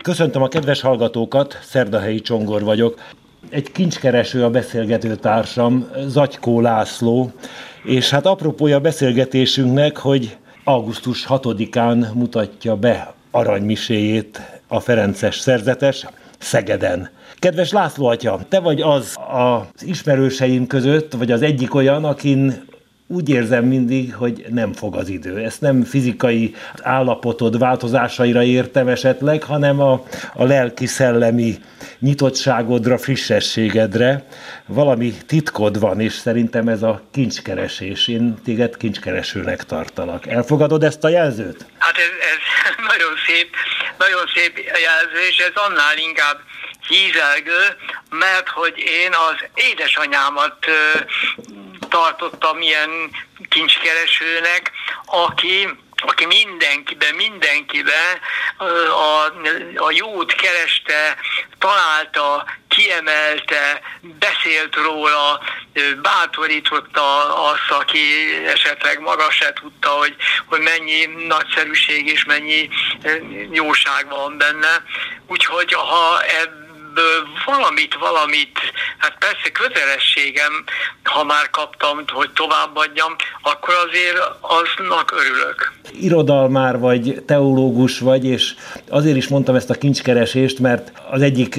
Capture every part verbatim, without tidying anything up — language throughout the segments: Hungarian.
Köszöntöm a kedves hallgatókat, Szerdahelyi Csongor vagyok. Egy kincskereső a beszélgető társam, Zatykó László, és hát apropója a beszélgetésünknek, hogy augusztus hatodikán mutatja be aranymiséjét a ferences szerzetes Szegeden. Kedves László atya, te vagy az az ismerőseim között, vagy az egyik olyan, akin úgy érzem mindig, hogy nem fog az idő. Ezt nem fizikai állapotod változásaira értem esetleg, hanem a, a lelki-szellemi nyitottságodra, frissességedre. Valami titkod van, és szerintem ez a kincskeresés. Én téged kincskeresőnek tartalak. Elfogadod ezt a jelzőt? Hát ez, ez nagyon szép, nagyon szép jelző, és ez annál inkább hízelgő, mert hogy én az édesanyámat tartottam ilyen kincskeresőnek, aki, aki mindenkiben, mindenkiben a, a jót kereste, találta, kiemelte, beszélt róla, bátorította azt, aki esetleg maga se tudta, hogy, hogy mennyi nagyszerűség és mennyi jóság van benne. Úgyhogy ha ebből valamit, valamit, hát persze kötelességem, ha már kaptam, hogy továbbadjam, akkor azért aznak örülök. Irodalmár vagy, teológus vagy, és azért is mondtam ezt a kincskeresést, mert az egyik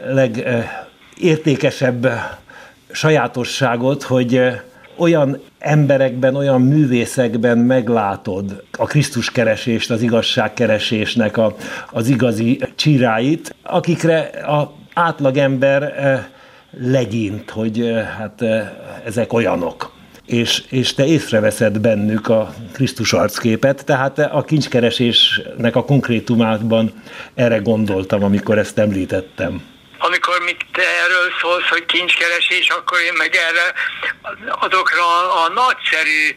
legértékesebb sajátosságot, hogy olyan emberekben, olyan művészekben meglátod a Krisztuskeresést, az igazságkeresésnek a, az igazi csiráit, akikre a átlagember legyint, hogy hát ezek olyanok. És, és te észreveszed bennük a Krisztus arcképet, tehát a kincskeresésnek a konkrétumában erre gondoltam, amikor ezt említettem. Amikor mit te erről szólsz, hogy kincskeresés, akkor én meg erre azokra a nagyszerű,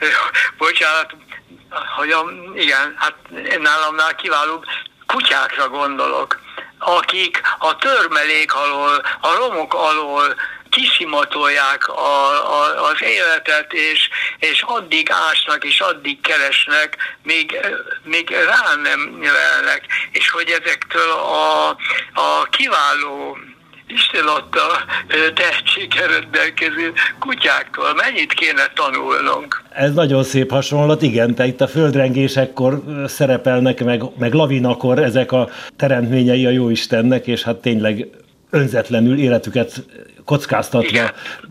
bocsánat, hogy a, igen, hát nálamnál kiválóbb kutyákra gondolok, akik a törmelék alól, a romok alól kiszimatolják a, a, az életet, és, és addig ásnak, és addig keresnek, még, még rá nem lelnek. És hogy ezektől a, a kiváló Isten adta tehetséggel rendelkező kutyáktól mennyit kéne tanulnunk. Ez nagyon szép hasonlat, igen, te itt a földrengésekor szerepelnek, meg, meg lavinakor ezek a teremtményei a Jóistennek, és hát tényleg önzetlenül életüket kockáztatva igen.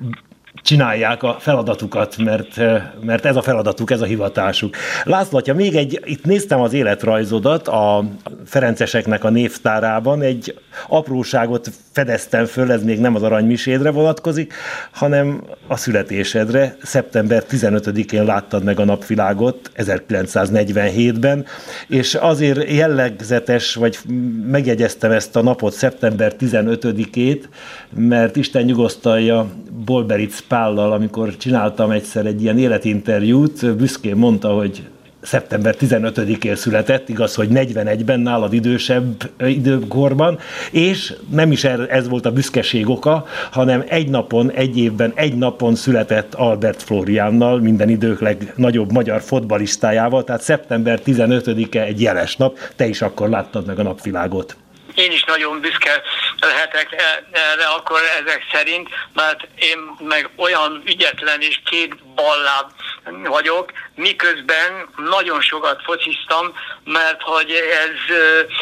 Csinálják a feladatukat, mert, mert ez a feladatuk, ez a hivatásuk. László atya, még egy, itt néztem az életrajzodat a ferenceseknek a névtárában, egy apróságot fedeztem föl, ez még nem az aranymisédre vonatkozik, hanem a születésedre. szeptember tizenötödikén láttad meg a napvilágot, ezerkilencszáznegyvenhétben, és azért jellegzetes, vagy megjegyeztem ezt a napot, szeptember tizenötödikét, mert Isten nyugosztalja Bolberic Pállal, amikor csináltam egyszer egy ilyen életinterjút, büszkén mondta, hogy szeptember tizenötödikén született, igaz, hogy negyvenegyben, nálad idősebb időkorban, és nem is ez volt a büszkeség oka, hanem egy napon, egy évben, egy napon született Albert Flóriánnal, minden idők legnagyobb magyar fotballistájával, tehát szeptember tizenötödike egy jeles nap, te is akkor láttad meg a napvilágot. Én is nagyon büszke lehetek erre akkor ezek szerint, mert én meg olyan ügyetlen és két balláb vagyok, miközben nagyon sokat fociztam, mert hogy ez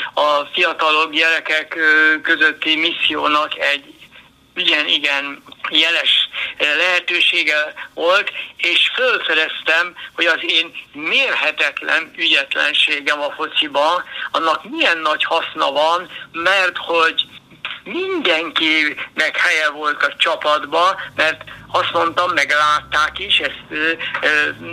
a fiatalok gyerekek közötti missziónak egy igen-igen jeles lehetősége volt, és fölfedeztem, hogy az én mérhetetlen ügyetlenségem a fociban, annak milyen nagy haszna van, mert hogy mindenkinek helye volt a csapatban, mert azt mondtam, meg látták is, ezt ö, ö,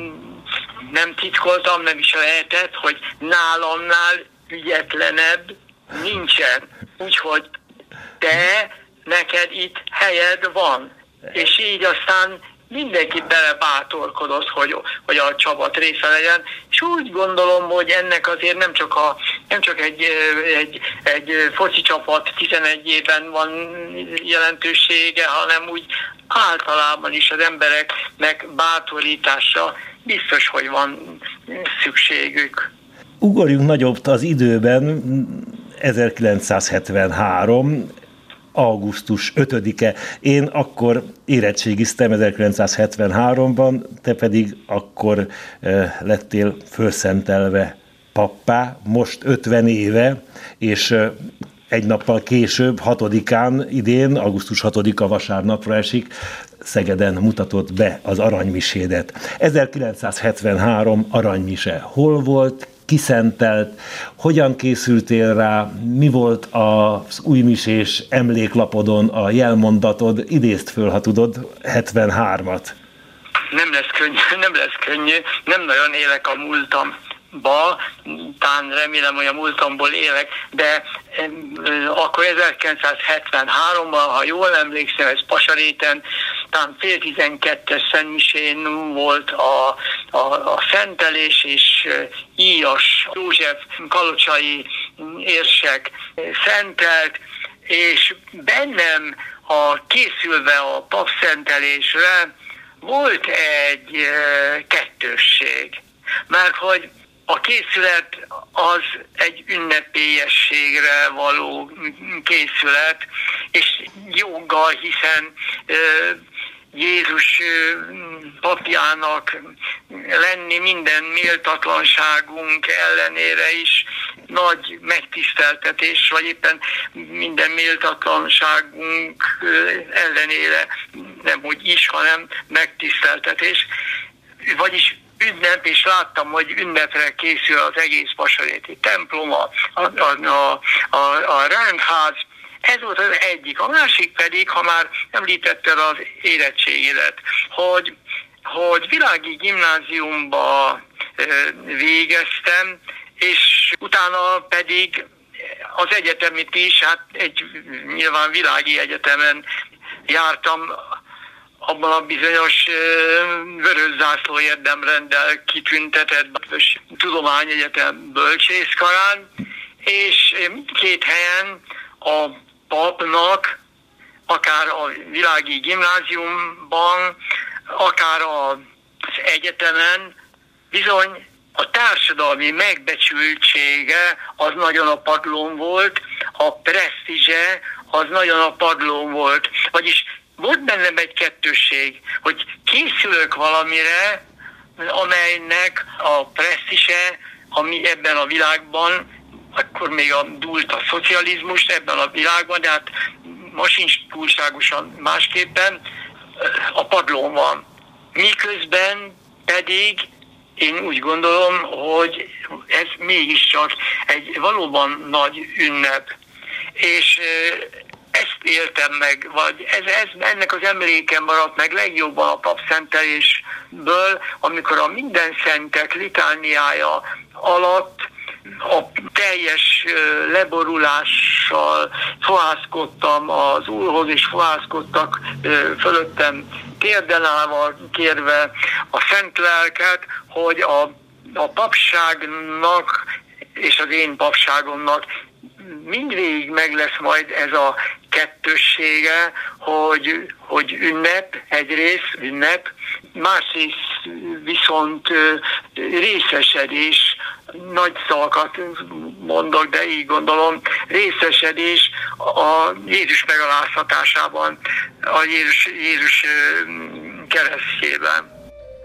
nem titkoltam, nem is lehetett, hogy nálamnál ügyetlenebb nincsen. Úgyhogy te, neked itt helyed van. És így aztán mindenki belebátorkodott, hogy, hogy a csapat része legyen, és úgy gondolom, hogy ennek azért nem csak, a, nem csak egy, egy, egy foci csapat tizenegyében van jelentősége, hanem úgy általában is az embereknek bátorítása biztos, hogy van szükségük. Ugorjunk nagyobb az időben. ezerkilencszázhetvenhárom. augusztus ötödike. Én akkor érettségiztem ezerkilencszázhetvenháromban, te pedig akkor lettél fölszentelve pappá, most ötven éve, és egy nappal később, hatodikán idén, augusztus hatodika vasárnapra esik, Szegeden mutatott be az aranymisédet. ezerkilencszázhetvenhárom aranymise. Hol volt, kiszentelt, hogyan készültél rá, mi volt az újmisés emléklapodon a jelmondatod, idézd föl, ha tudod, hetvenhármat. Nem lesz könnyű, nem lesz könnyű, nem nagyon élek a múltam. Ba, talán remélem, hogy a múltamból élek, de akkor ezerkilencszázhetvenháromban, ha jól emlékszem, ez Pasaréten, talán fél tizenkettes szentmisén volt a, a, a szentelés, és Íjas József kalocsai érsek szentelt, és bennem a készülve a papszentelésre volt egy kettősség, mert hogy a készület az egy ünnepélyességre való készület, és joggal, hiszen Jézus papjának lenni minden méltatlanságunk ellenére is nagy megtiszteltetés, vagy éppen minden méltatlanságunk ellenére, nem hogy is, hanem megtiszteltetés. Vagyis ünnep, és láttam, hogy ünnepre készül az egész pasaréti templom, a, a, a, a, a rendház. Ez volt az egyik. A másik pedig, ha már említetted az érettségidet, hogy, hogy világi gimnáziumba végeztem, és utána pedig az egyetemit is, hát egy nyilván világi egyetemen jártam, abban a bizonyos vörös zászló érdemrenddel kitüntetett tudományegyetem bölcsészkarán, és mindkét helyen a papnak, akár a világi gimnáziumban, akár az egyetemen bizony a társadalmi megbecsültsége az nagyon a padlón volt, a presztízse az nagyon a padlón volt. Vagyis volt bennem egy kettősség, hogy készülök valamire, amelynek a presztízse, ami ebben a világban, akkor még a dúlt a szocializmus ebben a világban, de hát most sincs túlságosan másképpen, a padlón van. Miközben pedig én úgy gondolom, hogy ez mégiscsak egy valóban nagy ünnep. És ezt éltem meg, vagy ez, ez, ennek az emlékem maradt meg legjobban a papszentelésből, amikor a minden szentek litániája alatt a teljes leborulással fohászkodtam az Úrhoz, és fohászkodtak fölöttem térden állva, kérve a szent lelket, hogy a, a papságnak és az én papságomnak mindvégig meg lesz majd ez a kettőssége, hogy, hogy ünnep, egyrészt ünnep, másrészt viszont részesedés, nagy szavakat mondok, de így gondolom, részesedés a Jézus megaláztatásában, a Jézus, Jézus keresztjében.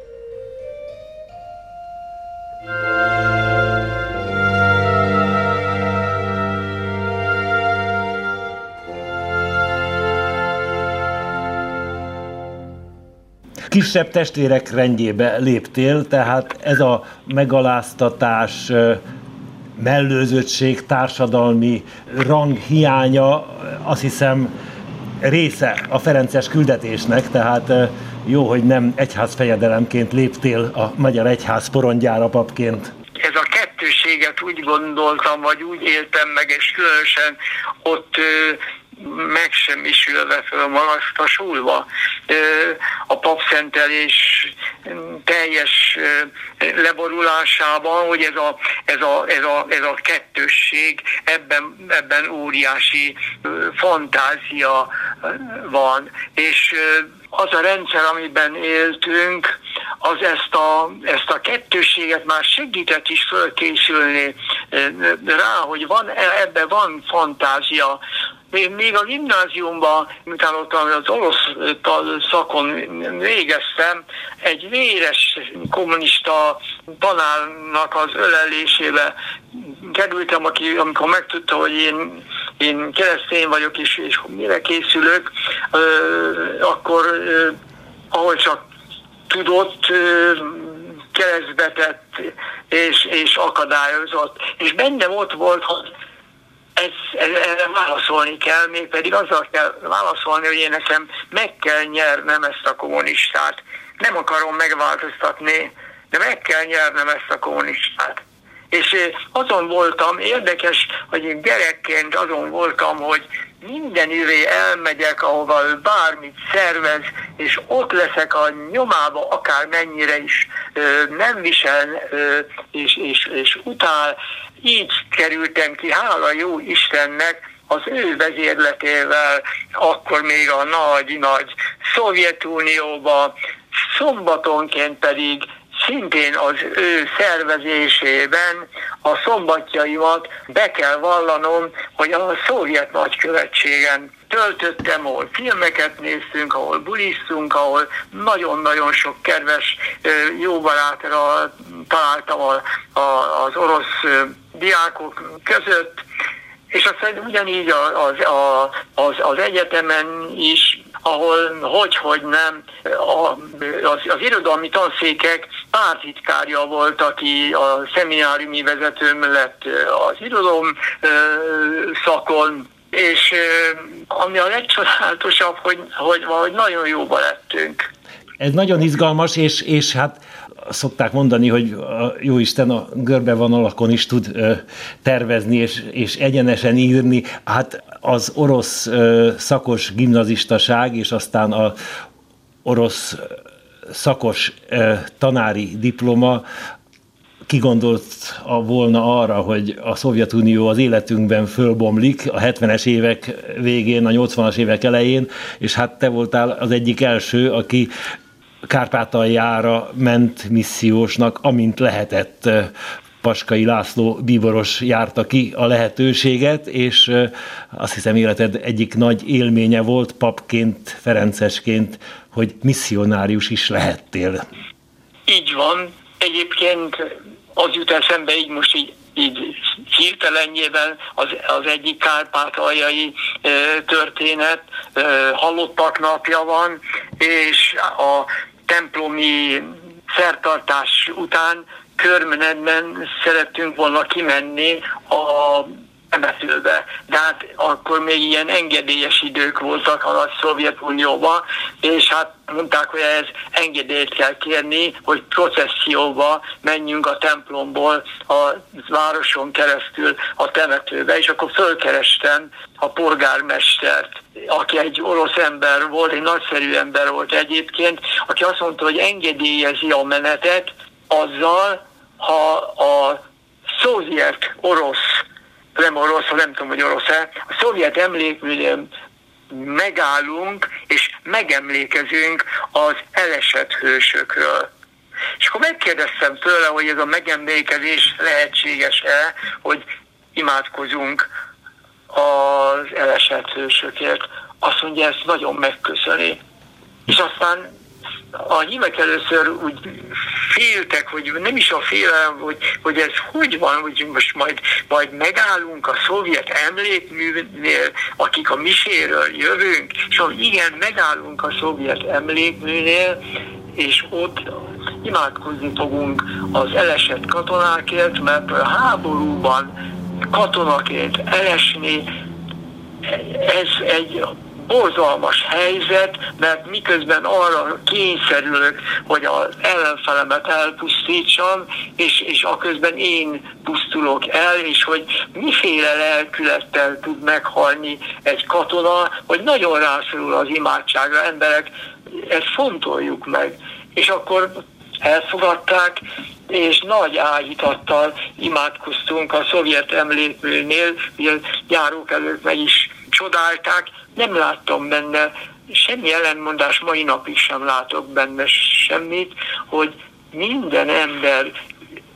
Kisebb testvérek rendjébe léptél, tehát ez a megaláztatás, mellőzöttség, társadalmi rang hiánya, azt hiszem része a ferences küldetésnek, tehát jó, hogy nem egyházfejedelemként léptél a Magyar Egyház porondjára papként. Ez a kettőséget úgy gondoltam, vagy úgy éltem meg, és különösen ott megsemmisülve fölmagasztasulva. A papszentelés teljes leborulásában, hogy ez a, ez a, ez a, ez a kettősség, ebben, ebben óriási fantázia van. És az a rendszer, amiben éltünk, az ezt a, ezt a kettősséget már segített is fölkészülni rá, hogy van, ebben van fantázia. Még a gimnáziumban, miután ott az orosz szakon végeztem, egy véres kommunista tanárnak az ölelésébe kerültem, aki, amikor megtudta, hogy én, én keresztény vagyok, és, és mire készülök, akkor ahol csak tudott, keresztbe tett és, és akadályozott. És bennem ott volt, hogy Ez, erre válaszolni kell, mégpedig azzal kell válaszolni, hogy én nekem meg kell nyernem ezt a kommunistát. Nem akarom megváltoztatni, de meg kell nyernem ezt a kommunistát. És azon voltam, érdekes, hogy én gyerekként azon voltam, hogy minden üvé elmegyek, ahova ő bármit szervez, és ott leszek a nyomába, akár mennyire is nem visel és, és, és utál. Így kerültem ki, hála jó Istennek, az ő vezérletével, akkor még a nagy-nagy Szovjetunióba, szombatonként pedig szintén az ő szervezésében a szombatjaimat be kell vallanom, hogy a szovjet nagykövetségen töltöttem, ahol filmeket néztünk, ahol bulisztunk, ahol nagyon-nagyon sok kedves jó barátra találtam az orosz diákok között, és aztán ugyanígy az, az, az egyetemen is, ahol hogy-hogy nem, az, az irodalmi tanszékek pártitkárja volt, aki a szemináriumi vezetőm lett az irodalom szakon, és ami a legcsodálatosabb, hogy, hogy, hogy nagyon jóba lettünk. Ez nagyon izgalmas, és, és hát szokták mondani, hogy a Jóisten a görbevonalakon is tud ö, tervezni és, és egyenesen írni. Hát az orosz ö, szakos gimnazistaság és aztán az orosz szakos ö, tanári diploma kigondolt volna arra, hogy a Szovjetunió az életünkben fölbomlik a hetvenes évek végén, a nyolcvanas évek elején, és hát te voltál az egyik első, aki Kárpátaljára ment missziósnak, amint lehetett. Paskai László bíboros járta ki a lehetőséget, és azt hiszem életed egyik nagy élménye volt papként, ferencesként, hogy misszionárius is lehettél. Így van. Egyébként az jut eszembe így most így, így hirtelenjében az, az egyik kárpátaljai e, történet, e, halottak napja van, és a templomi szertartás után körmenetben szerettünk volna kimenni a temetőbe. De hát akkor még ilyen engedélyes idők voltak a Szovjetunióban, és hát mondták, hogy ez engedélyt kell kérni, hogy processzióba menjünk a templomból a városon keresztül a temetőbe, és akkor fölkerestem a polgármestert, aki egy orosz ember volt, egy nagyszerű ember volt egyébként, aki azt mondta, hogy engedélyezi a menetet azzal, ha a szovjet orosz, nem orosz, nem tudom, hogy orosz-e, a szovjet emlékműnél megállunk, és megemlékezünk az elesett hősökről. És akkor megkérdeztem tőle, hogy ez a megemlékezés lehetséges-e, hogy imádkozunk az elesett hősökért. Azt mondja, ezt nagyon megköszöni. És aztán a hívek először úgy féltek, hogy nem is a félelem, hogy, hogy ez hogy van, hogy most majd, majd megállunk a szovjet emlékműnél, akik a miséről jövünk, és hogy igen, megállunk a szovjet emlékműnél, és ott imádkozni fogunk az elesett katonákért, mert a háborúban katonaként elesni, ez egy borzalmas helyzet, mert miközben arra kényszerülök, hogy az ellenfelemet elpusztítsam, és, és aközben én pusztulok el, és hogy miféle lelkülettel tud meghalni egy katona, hogy nagyon rászorul az imádságra. Emberek, ezt fontoljuk meg. És akkor elfogadták, és nagy áhítattal imádkoztunk a szovjet emlékműnél, ugye járók előtt meg is csodálták, nem láttam benne semmi ellentmondás, mai napig sem látok benne semmit, hogy minden ember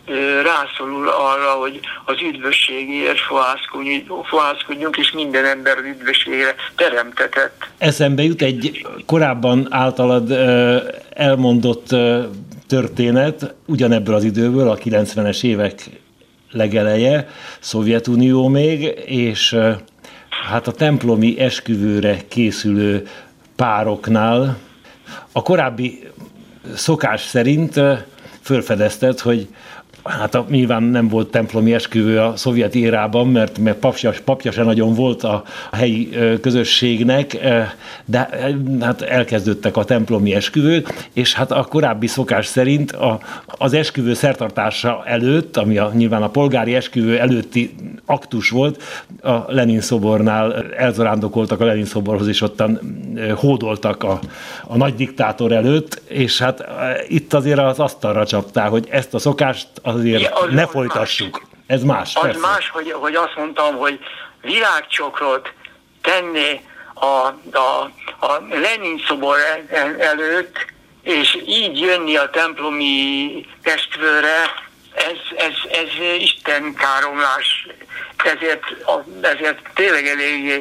rászorul arra, hogy az üdvösségért fohászkodjunk, és minden ember üdvösségére teremtetett. Eszembe jut egy korábban általad elmondott történet, ugyanebből az időből, a kilencvenes évek legeleje, Szovjetunió még, és hát a templomi esküvőre készülő pároknál a korábbi szokás szerint felfedezted, hogy hát a, nyilván nem volt templomi esküvő a szovjet érában, mert, mert papja, papja se nagyon volt a, a helyi közösségnek, de hát elkezdődtek a templomi esküvők, és hát a korábbi szokás szerint a, az esküvő szertartása előtt, ami a, nyilván a polgári esküvő előtti aktus volt, a Lenin szobornál elzarándokoltak a Lenin szoborhoz, és ottan hódoltak a, a nagy diktátor előtt, és hát itt azért az asztalra csaptál, hogy ezt a szokást azért ja, az, ne az folytassuk. Más. Ez más. Az persze. más, hogy, hogy azt mondtam, hogy virágcsokrot tenni a, a, a Lenin szobor előtt, és így jönni a templomi esküvőre, ez, ez, ez istenkáromlás. Ezért, ezért tényleg eléggé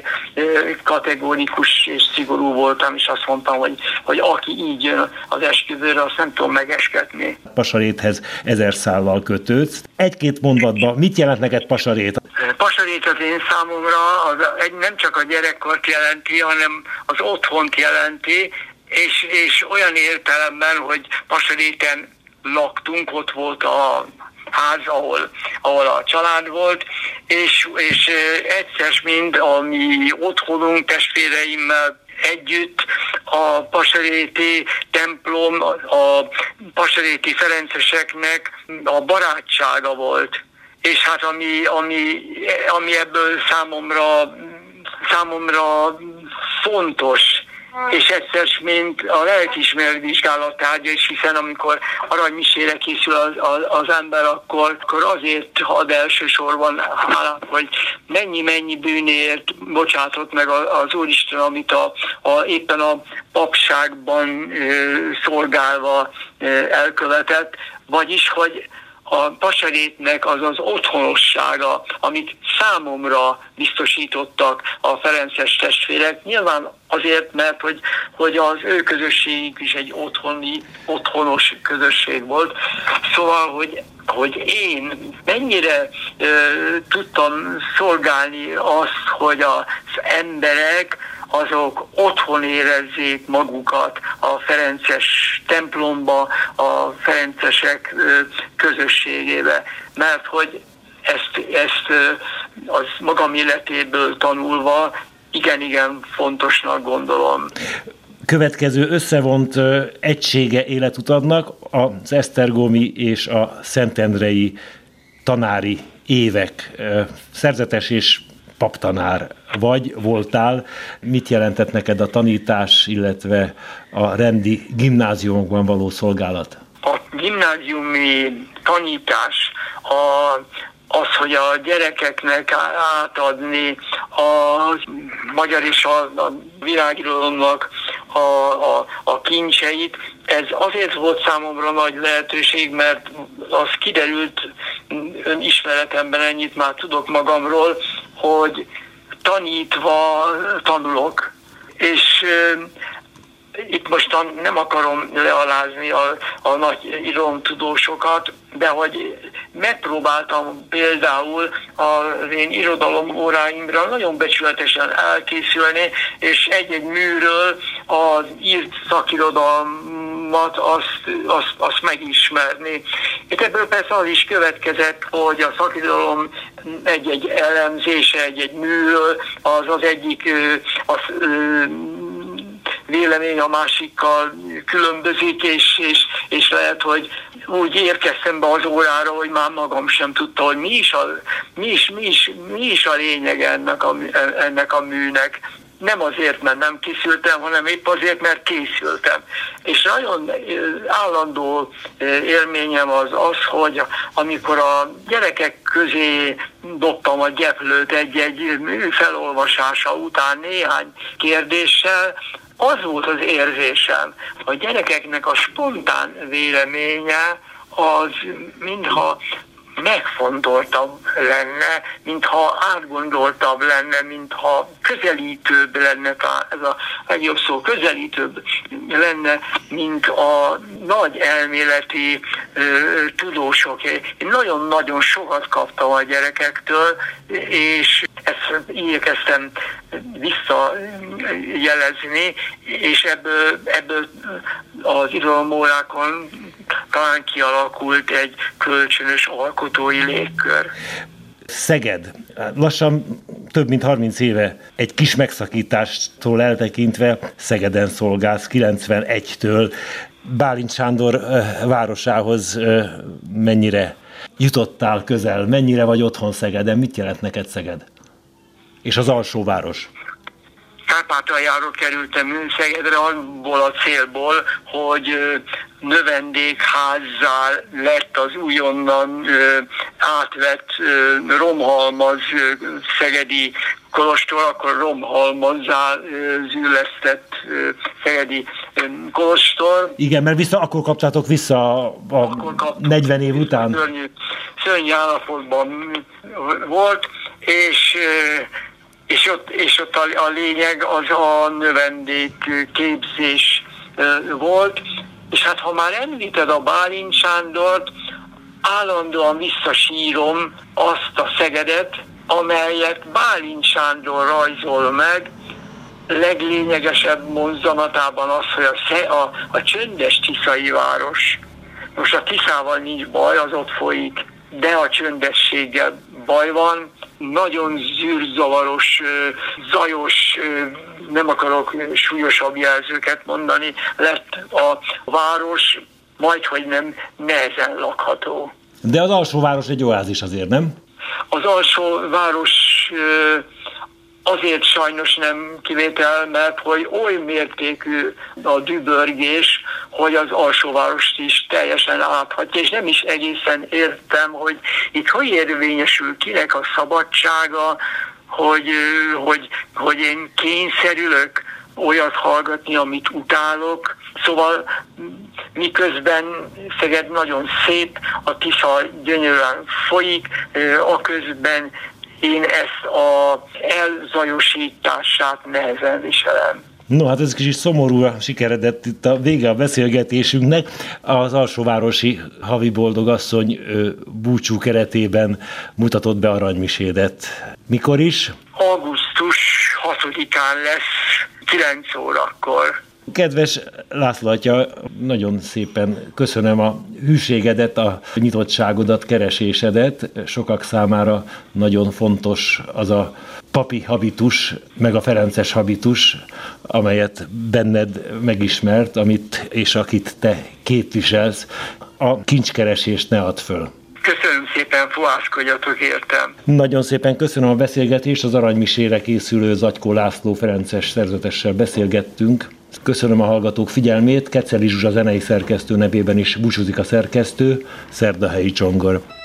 kategórikus és szigorú voltam, és azt mondtam, hogy, hogy aki így jön az esküvőre, azt nem tudom megesketni. Pasaréthez ezer szállal kötődsz. Egy-két mondatban mit jelent neked pasarét? Pasarét az én számomra az nem csak a gyerekkort jelenti, hanem az otthont jelenti, és, és olyan értelemben, hogy pasaréten laktunk, ott volt a ház, ahol, ahol a család volt, és, és egyszer mind a mi otthonunk testvéreimmel együtt a pasaréti templom, a pasaréti ferenceseknek a barátsága volt. És hát ami, ami, ami ebből számomra, számomra fontos, és egyszer, mint a lelkiismeret vizsgálat tárgya is, hiszen amikor aranymisére készül az, az, az ember, akkor, akkor azért ad elsősorban hálát, hogy mennyi-mennyi bűnért bocsátott meg az Úristen, amit a, a, éppen a papságban e, szolgálva e, elkövetett, vagyis, hogy a pasarétnek az az otthonossága, amit számomra biztosítottak a ferences testvérek, nyilván azért, mert hogy, hogy az ő közösségük is egy otthoni, otthonos közösség volt. Szóval, hogy, hogy én mennyire ö, tudtam szolgálni azt, hogy az emberek azok otthon érezzék magukat a ferences templomba, a ferencesek közösségébe, mert hogy ezt, ezt az magam életéből tanulva igen-igen fontosnak gondolom. Következő összevont egysége életutadnak az esztergomi és a szentendrei tanári évek. Szerzetes és paptanár vagy, voltál. Mit jelentett neked a tanítás, illetve a rendi gimnáziumokban való szolgálat? A gimnáziumi tanítás, a, az, hogy a gyerekeknek átadni a magyar és a, a világirodalomnak a, a, a kincseit, ez azért volt számomra nagy lehetőség, mert az kiderült önismeretemben, ennyit már tudok magamról, hogy tanítva tanulok, és itt most nem akarom lealázni a, a nagy irodalomtudósokat, de hogy megpróbáltam például az én irodalom óráimra nagyon becsületesen elkészülni, és egy-egy műről az írt szakirodalmat azt, azt, azt megismerni. Itt ebből persze az is következett, hogy a szakirodalom egy-egy elemzése, egy-egy műről az az egyik az, vélemény a másikkal különbözik, és, és, és lehet, hogy úgy érkeztem be az órára, hogy már magam sem tudta, hogy mi is a, mi is, mi is, mi is a lényeg ennek a, ennek a műnek. Nem azért, mert nem készültem, hanem épp azért, mert készültem. És nagyon állandó élményem az az, hogy amikor a gyerekek közé dobtam a gyeplőt egy-egy mű felolvasása után néhány kérdéssel, az volt az érzésem, a gyerekeknek a spontán véleménye az mintha megfontoltabb lenne, mintha átgondoltabb lenne, mintha közelítőbb lenne, ez a legjobb szó, közelítőbb lenne, mint a nagy elméleti ö, tudósok. Én nagyon-nagyon sokat kaptam a gyerekektől, és ezt igyekeztem visszajelezni, és ebből, ebből az irodalomórákon talán kialakult egy kölcsönös alkotói légkör. Szeged. Lassan több mint harminc éve egy kis megszakítástól eltekintve Szegeden szolgálsz kilencvenegytől. Bálint Sándor városához mennyire jutottál közel, mennyire vagy otthon Szegeden, mit jelent neked Szeged? És az alsóváros? Kárpátaljáról kerültem Szegedre abból a célból, hogy növendékházzá lett az újonnan átvett Romhalmaz szegedi kolostor, akkor Romhalmazzá züllesztett szegedi kolostor. Igen, mert vissza, akkor kaptátok vissza a, a negyven év után. Szörnyű, szörnyű állapotban volt, és És ott, és ott a, a lényeg az a növendékképzés volt, és hát ha már említed a Bálint Sándort, állandóan visszasírom azt a Szegedet, amelyet Bálint Sándor rajzol meg, leglényegesebb mozzanatában az, hogy a, a, a csöndes tiszai város. Most a Tiszával nincs baj, az ott folyik, de a csöndességgel baj van, nagyon zűrzavaros, zajos, nem akarok súlyosabb jelzőket mondani, lett a város, majdhogy nem nehezen lakható. De az alsóváros egy oázis azért, nem? Az alsóváros azért sajnos nem kivétel, mert hogy oly mértékű a dübörgés, hogy az alsóvárost is teljesen áthatja, és nem is egészen értem, hogy itt hogy érvényesül kinek a szabadsága, hogy, hogy, hogy én kényszerülök olyat hallgatni, amit utálok. Szóval miközben Szeged nagyon szép, a Tisza gyönyörűen folyik, aközben én ezt az elzajosítását nehezen viselem. No, hát ez kicsit szomorúra sikeredett itt a vége a beszélgetésünknek. Az alsóvárosi havi boldogasszony búcsú keretében mutatott be aranymisédet. Mikor is? augusztus hatodikán lesz, kilenc órakor. Kedves László atya, nagyon szépen köszönöm a hűségedet, a nyitottságodat, keresésedet. Sokak számára nagyon fontos az a papi habitus, meg a ferences habitus, amelyet benned megismert, amit és akit te képviselsz. A kincskeresést ne add föl. Köszönöm szépen, fohászkodjatok értem. Nagyon szépen köszönöm a beszélgetést, az aranymisére készülő Zatykó László ferences szerzetessel beszélgettünk. Köszönöm a hallgatók figyelmét, Keceli Zsuzsa zenei szerkesztő nevében is búcsúzik a szerkesztő, Szerdahelyi Csongor.